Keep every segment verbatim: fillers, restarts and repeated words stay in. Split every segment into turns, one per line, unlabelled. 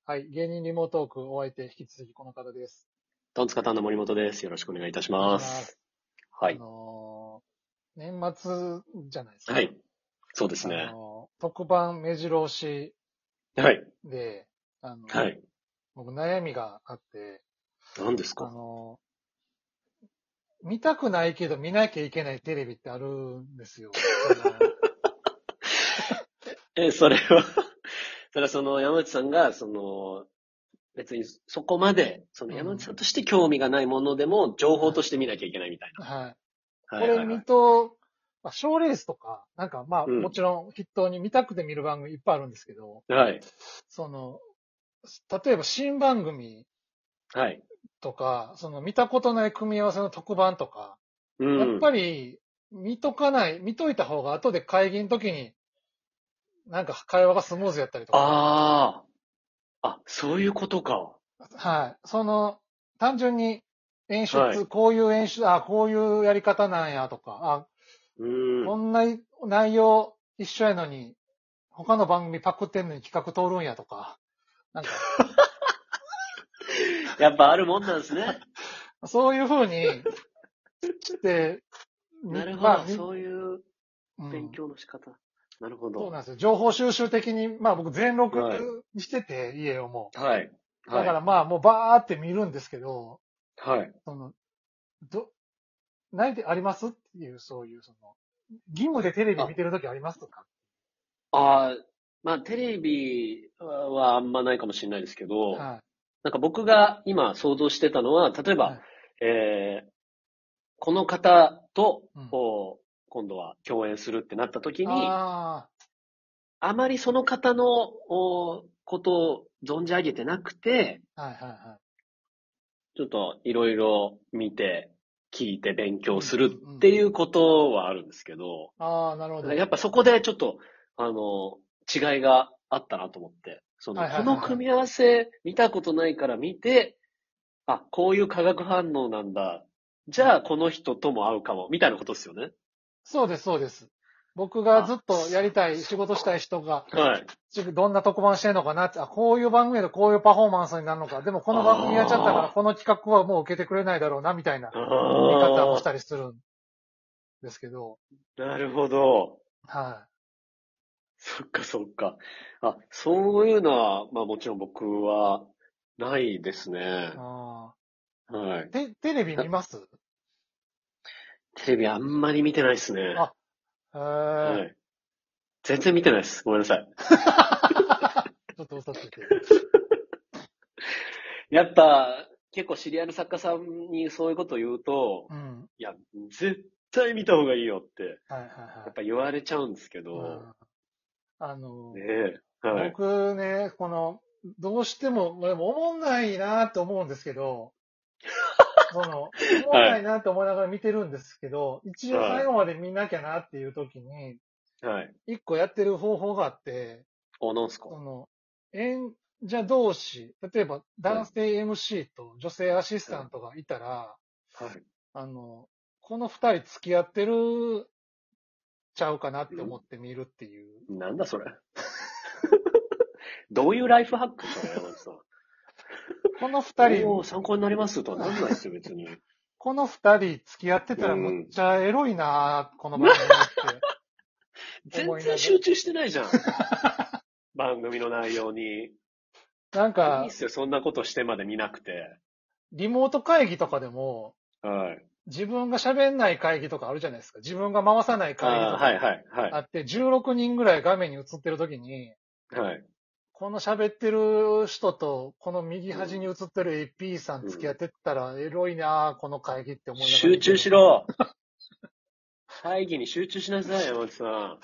はい。芸人リモートークお相手、引き続きこの方です。
トンツカタンの森本です。よろしくお願いいたします。
お願いします。
はい。
あのー、年末じゃないですか。
はい。そうですね。
あのー、特番目白押し
はい。
で、あのー、
はい。
僕悩みがあって、
何ですか？
あのー、見たくないけど見なきゃいけないテレビってあるんですよ。その
え、それはそれはその山内さんが、その、別にそこまで、その
うん。
山内さんとして興味がないものでも、情報
はい。
として見なきゃいけないみたい
はい。
な。は
これ
いはいはい。
見と、まあ、賞レースとか、なんかまあ
うん。
もちろん筆頭に見たくて見る番組いっぱいあるんですけど、
はい。
その、例えば新番組
はい。
とか、その見たことない組み合わせの特番とか、
う
やっぱ
ん。
り見とかない、見といた方が後で会議の時になんか会話がスムーズやったりとか、
ああ。あ、そういうことか。
はい。その、単純に演出、
はい。
こういう演出、あ、こういうやり方なんやとか、あ、
うん。
こんな内容一緒やのに、他の番組パクってんのに企画通るんやとか、なんか、
やっぱあるもんなんですね。
そういう風にして、み、まあ、
なるほど。
み、
そういう勉
うん。
強の仕方。なるほど。
そうなんですよ。情報収集的に、まあ僕全録
はい。
にしてて、家をも
はい。
う。だ
はい。
からまあもうバーって見るんですけど、
はい。
その、ど、ないでありますっていう、そういう、その、義務でテレビ見
あ、
てるときありますとか。
あーまあ、テレビはあんまないかもしれないですけど、
は
なんか僕が今想像してたのは、例え
い。は
ば、
い。
えー、この方と、
うん。
こう今度は共演するってなった時に、
あ
あまりその方の、おことを存じ上げてなくて、
あ、はいはいは
ちょっといろいろ見て、聞いて勉
い。う
強する
んうんうん。
っていうことはあるんですけど、
ああ、なるほど。
やっぱそこでちょっと、あの、違いがあったなと思って、その、
はいは
こ
いはいはい。
の組み合わせ見たことないから見て、あ、こういう化学反応なんだ。じ
うん。
ゃあ、この人とも合うかも、みたいなことですよね。
そうです、そうです。僕がず
あ、
っとや
そ
りたい、仕
そっ
事したい
か。
人が、
はい。
どんな特番してんのかなって、あ、こういう番組でこういうパフォーマンスになるのか。でもこの番組やっちゃったから、
あ
この企画はもう受けてくれないだろうな、みたいな
あ、
見方もし
ああ、
たりするんですけど、
なるほど。
は
そっかそっか。あ、そういうのは、まあもちろん僕はないです
い。
ね。
あ
はい。
ーテ、テレビ見
な
ます
テレビあんまり見てないですね。
あ、へえ。
はい。全然見てないです。ごめんなさい。
ちょっと嘘ついてる。
やっぱ、結構知り合いの作家さんにそういうことを言うと、
うん。
いや、絶対見た方がいいよって、
はいはいは
やっぱ言われちゃうんですけ
い。う
ど、
ん。あの、
ねえ、はい、
僕ね、この、どうしても、でも思んないなって思うんですけど、その、思ん
はい、
ないなって思いながら見てるんですけど、一応最
は
後まで見なきゃなっていう時に、
い、はい。
一個やってる方法があって、
お、なんすか？
その、演者同士、例えば
はい、
男性 エムシー と女性アシス
はい、
タントがいたら、
はい。
あの、この二人付き合ってるちゃうかなって思
ん
って見るっていう。
なんだそれ。どういうライフハックそれ、山内さん。
この二
おー、
人、
参考になりますとはなんないですよ、別に。
この二人付き合って
う
たらむっ
ん。
ちゃエロいなこの番組って
全
思いながら。
然集中してないじゃん。番組の内容に。
なんか、
いいっすよ、そんなことしてまで見なくて。
リモート会議とかでも、
はい。
自分が喋んない会議とかあるじゃないですか。自分が回さない
ああ、はい、
会議とか
はい、はい。
あって、じゅうろくにんぐらい画面に映ってる時に、
はい。
この喋ってる人と、この右
うん。
端に映ってる エーピー さん
うん。
付き合ってったらエロいなこの会議って思いながら
集中
見てる。
しろ。会議に集中しなさい、山内さん。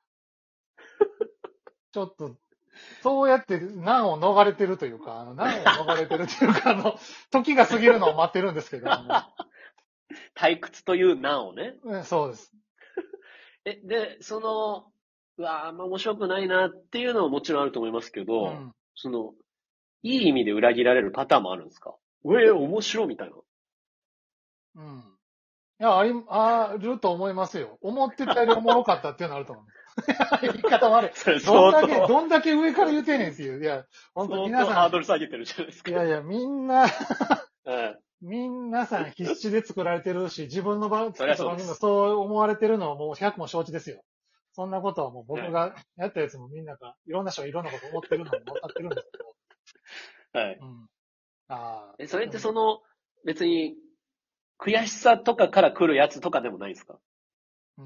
ちょっと、そうやって難を逃れてるというか、あの難を逃れてるというか、あの、時が過ぎるのを待ってるんですけど、あの、
退屈という難をね。
うんそうです。
え、で、その、うわあ、あんま面白くないなっていうのはもちろんあると思いますけど、
うん。
その、いい意味で裏切られるパターンもあるんですか？うえ、面白いみたいな。
うん。いや、あり、あると思いますよ。思ってたよりおもろかったっていうのはあると思う。 言い方悪い。
それ
どんだけ、
相当、
どんだけ上から言うてんねんっていう。いや、本当
相
皆さ
当ハードル下げてるじゃないです
ん、
か。
いやいや、みんな、
はい。
皆さん必死で作られてるし、自分の番、
そりゃそうです
作った番組もそう思われてるのはもうひゃくも承知ですよ。そんなことはもう僕がやったやつもみんなが、いろんな人がいろんなこと思ってるのも分かってるんですけど。
はい。
うん。ああ。
え、それってその、別に、悔しさとかから来るやつとかでもないんですか？
うん。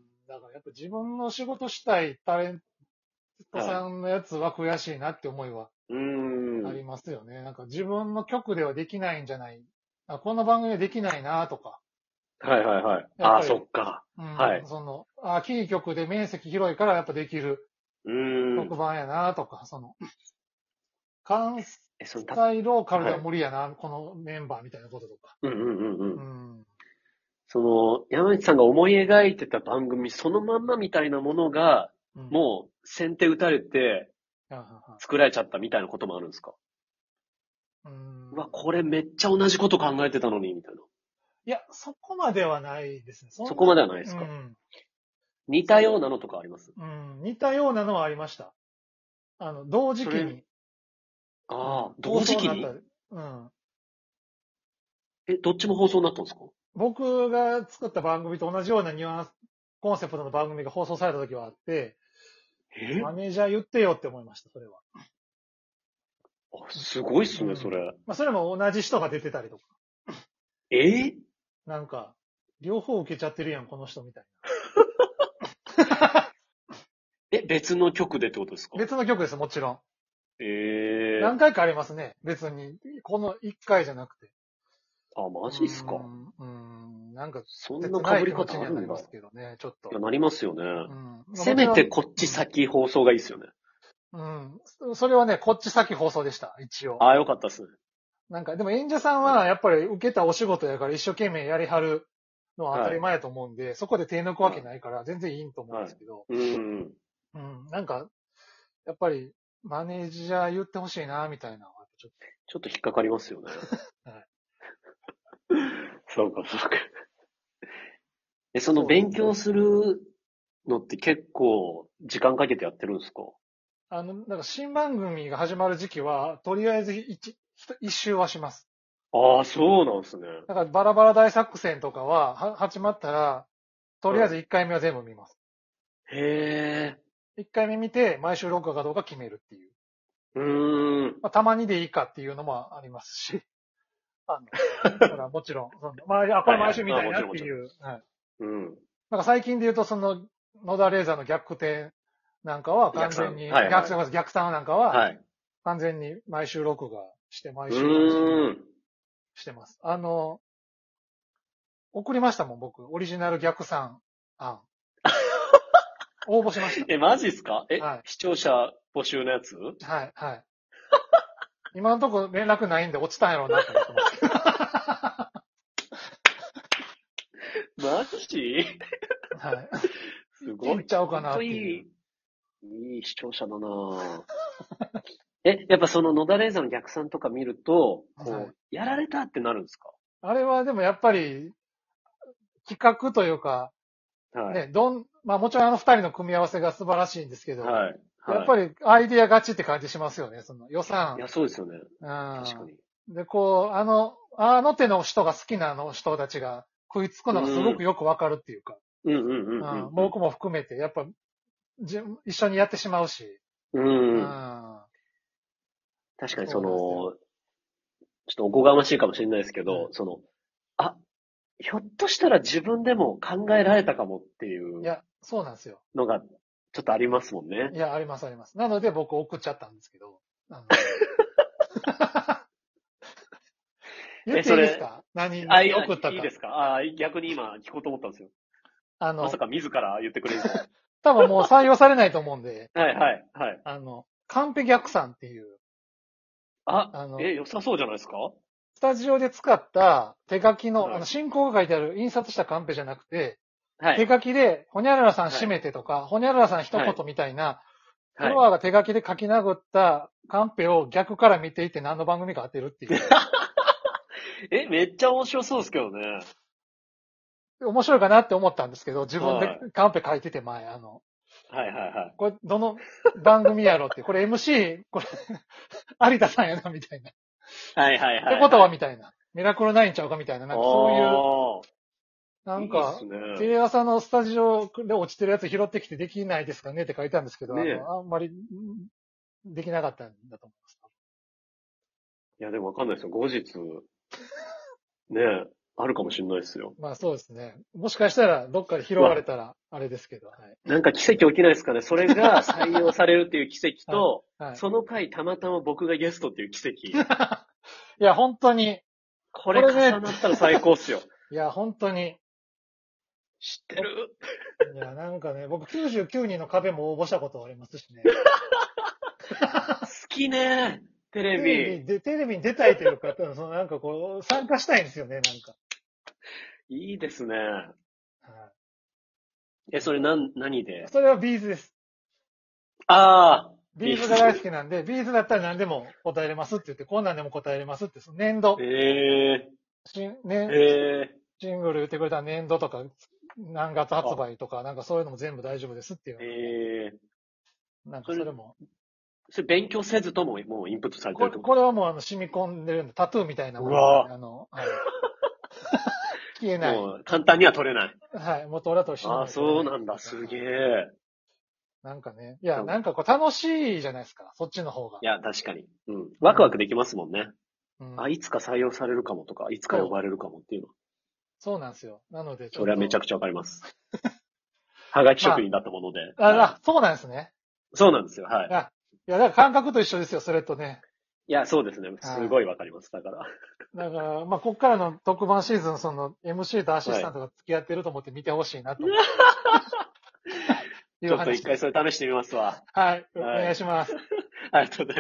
だからやっぱ自分の仕事したいタレントさんのやつは悔しいなって思いは
うーん。
ありますよね。なんか自分の局ではできないんじゃない。あ、この番組はできないなとか。
はいはいはい。
やっぱり
ああ、そっか。
うん。
はい。
その、あ、キー局で面積広いからやっぱできる
うーん。
特番やなとか、その、関
え、そのた、
西ローカルでは
はい。
無理やな、このメンバーみたいなこととか。
うんうんうんう
う
ん。
ん。
その、山内さんが思い描いてた番組そのまんまみたいなものが、
うん。
もう先手打たれて
ははは
作られちゃったみたいなこともあるんですか？
うん
うわ、これめっちゃ同じこと考えてたのに、みたいな。
いや、そこまではないですね。そんな
そこまではないですか？
うん。
似たようなのとかあります？
うん。似たようなのはありました。あの、同時期
それ、
に。
ああ、
うん、
同時期に
放送なったうん。
え、どっちも放送になったんですか？
僕が作った番組と同じようなニュアンス、コンセプトの番組が放送された時はあって、
え
マネージャー言ってよって思いました、それは。
あ、すごいっすね、
うん。
それ。
まあ、それも同じ人が出てたりとか。
え
なんか、両方受けちゃってるやん、この人みたい
え、別の曲でってことですか？
な。別の曲です、もちろん。
ええ
何回かありますね、別に。この一回じゃなくて。
あ、マジっすか？
うーん、うーんなんか、
そん
切
な被り
ない気持ち
方あるんだ。
にはなりますけどね、ちょっと。
いや、なりますよね。
うん。
せめて
もちろん、
こっち先放送がいいっすよね。
うん。うん。それはね、こっち先放送でした、一応。
ああ、よかったっすね。
なんか、でも演者さんはやっぱり受けたお仕事やから一生懸命やりはるのは当たり前やと思うんで、そこで手抜くわけないから全然いいと思うん
はい。
ですけど、
うん。
うん。なんか、やっぱり、マネージャー言ってほしいな、みたいなのは、ちょっ
ちょっと引っかかりますよね。
と。はい。
そうか、そうか。え、その
そうです
勉強するのって結構時間かけてやってるんですか？
あの、なんか新番組が始まる時期は、とりあえず一、一一周はします。
ああ、そうなんですね。
だからバラバラ大作戦とかは、は、始まったら、とりあえず一回目は全部見ます。
へえ。
一回目見て、毎週録画かどうか決めるっていう。
うーん。
まあ、たまにでいいかっていうのもありますし。あの、だからもちろん、その、まあ、あ、これ毎週見たいなっていう。はい。
うん。
なんか最近で言うと、その、野田レーザーの逆転なんかは完全に、
逆算はいはい
逆算、逆算なんかは、
はい。
完全に毎週録画して、
う
毎週楽しみに
ーん。
してます。あの、送りましたもん、僕。オリジナル逆算案。応募しまし
え、マジっすか？え、
はい
視聴者募集のやつ？
た。はい、はい。今のところ連絡ないんで落ちたんやろうなと思ってますけど。
マジ
はい。
すごい。
いっちゃおうかな
ほんと
っていう。
いい、いい視聴者だなぁ。え、やっぱその野田レーザーの逆算とか見ると、こう、
はい
やられたってなるんですか？
あれはでもやっぱり、企画というか、
はい。
ね、どん、まあもちろんあの二人の組み合わせが素晴らしいんですけど、
はい。はい。
やっぱりアイディア勝ちって感じしますよね、その予算。
いや、そうですよね。
うん。
確かに。
で、こう、あの、あの手の人が好きなあの人たちが食いつくのがすごくよくわかるっていうか、
うんうんうん
う
うん
ん、僕も含めて、やっぱ、じ一緒にやってしまうし、
うん。
う
うん。
ん。
確かにそ
そうなんですよ
の、ちょっとおこがましいかもしれないですけど、
うん
その、あ、ひょっとしたら自分でも考えられたかもっていう
いや、そうなんですよ。
のが、ちょっとありますもんね
い。や、ありますあります。なので僕送っちゃったんですけど、あの言っていいですか？何、
あ、いや、
何送ったか。
いいですか？あ、逆に今聞こうと思ったんですよ。
あの、
まさか自ら言ってくれると。
多分もう採用されないと思うんで、
はいはいはい。
あの、カンペ逆算っていう、
あ、
あの、
え、良さそうじゃないですか？
スタジオで使った手書きの、
はい
あの、進行が書いてある印刷したカンペじゃなくて、手
はい。
書きで、ほにゃららさん
はい
閉めてとか、ほにゃららさん一言みたいな、フ
はい。
ロアが手書きで書き殴ったカンペを逆から見ていて何の番組か当てるっていう。
え、めっちゃ面白そうですけどね。
面白いかなって思ったんですけど、自分で
はい
カンペ書いてて前、あの、
はいはいはい。
これ、どの番組やろって、これ エムシー、これ、有田さんやな、みたいな。っ
はいはいはい、はい。
てことは、みたいな。ミラクルナインちゃうかみたいな。なんかそういう、
おー
なんか、
いいっすね。
テレ朝のスタジオで落ちてるやつ拾ってきてできないですかねって書いたんですけど、
ねえ
あの、あんまり、んできなかったんだと思います。
いや、でもわかんないですよ。後日、ねえ、あるかもしれないですよ。
まあそうですね。もしかしたら、どっかで拾われたら、あれですけど、はい。
なんか奇跡起きないですかね。それが採用されるっていう奇跡と、
はいはい、
その回たまたま僕がゲストっていう奇跡。
いや、本当に、
これ重なったら最高っすよ。
いや、本当に。
知ってる
いや、なんかね、僕きゅうじゅうきゅうにんの壁も応募したことありますしね。
好きねテレ
テ
ビ。
レビで、テレビに出たいというか、そのなんかこう、参加したいんですよね、なんか。
いいですね。
は
え、それなん、何で
い、それはビーズです。
ああ。
ビーズが大好きなんで、ビーズだったら何でも答えれますって言って、こんなんでも答えれますって、その年度、
ええ
新年
ー。ええ
シングル言ってくれたら年度とか、何月発売とか、なんかそういうのも全部大丈夫ですっていう
ー。。ええー。
なんかそれも。
それ勉強せずとももうインプットされて
これ、
るってこと
これはもうあの染み込んでるんで、タトゥーみたいなもの
うわ
で、あの、はい。消えない。
もう簡単には取れない。
はい。元々と死ぬ
ああ、
まで取れない
そうなんだ。すげえ。
なんかね。いや、なんかこう楽しいじゃないですか。そっちの方が。
いや、確かに。うん。ワクワクできますもんね。
うん。
あ、いつか採用されるかもとか、いつか呼ばれるかもっていうの。
そうなんですよ。なので、ちょ
そ
っと。
れはめちゃくちゃわかります。はがき職
ま
人だったもので。
あ、あ、
はい
あそうなんですね。
そうなんですよ。はい。
いや、いや、だから感覚と一緒ですよ、それとね。
いや、そうですね。すごいわかります。だから。
だから、まあ、こっからの特番シーズン、その、エムシー とアシスタントが付き合ってると思って見てほしいなと思って。いう
ちょっと
話です。
一回それ試してみますわ。
はい。お
はい
願いします。
ありがとうございます。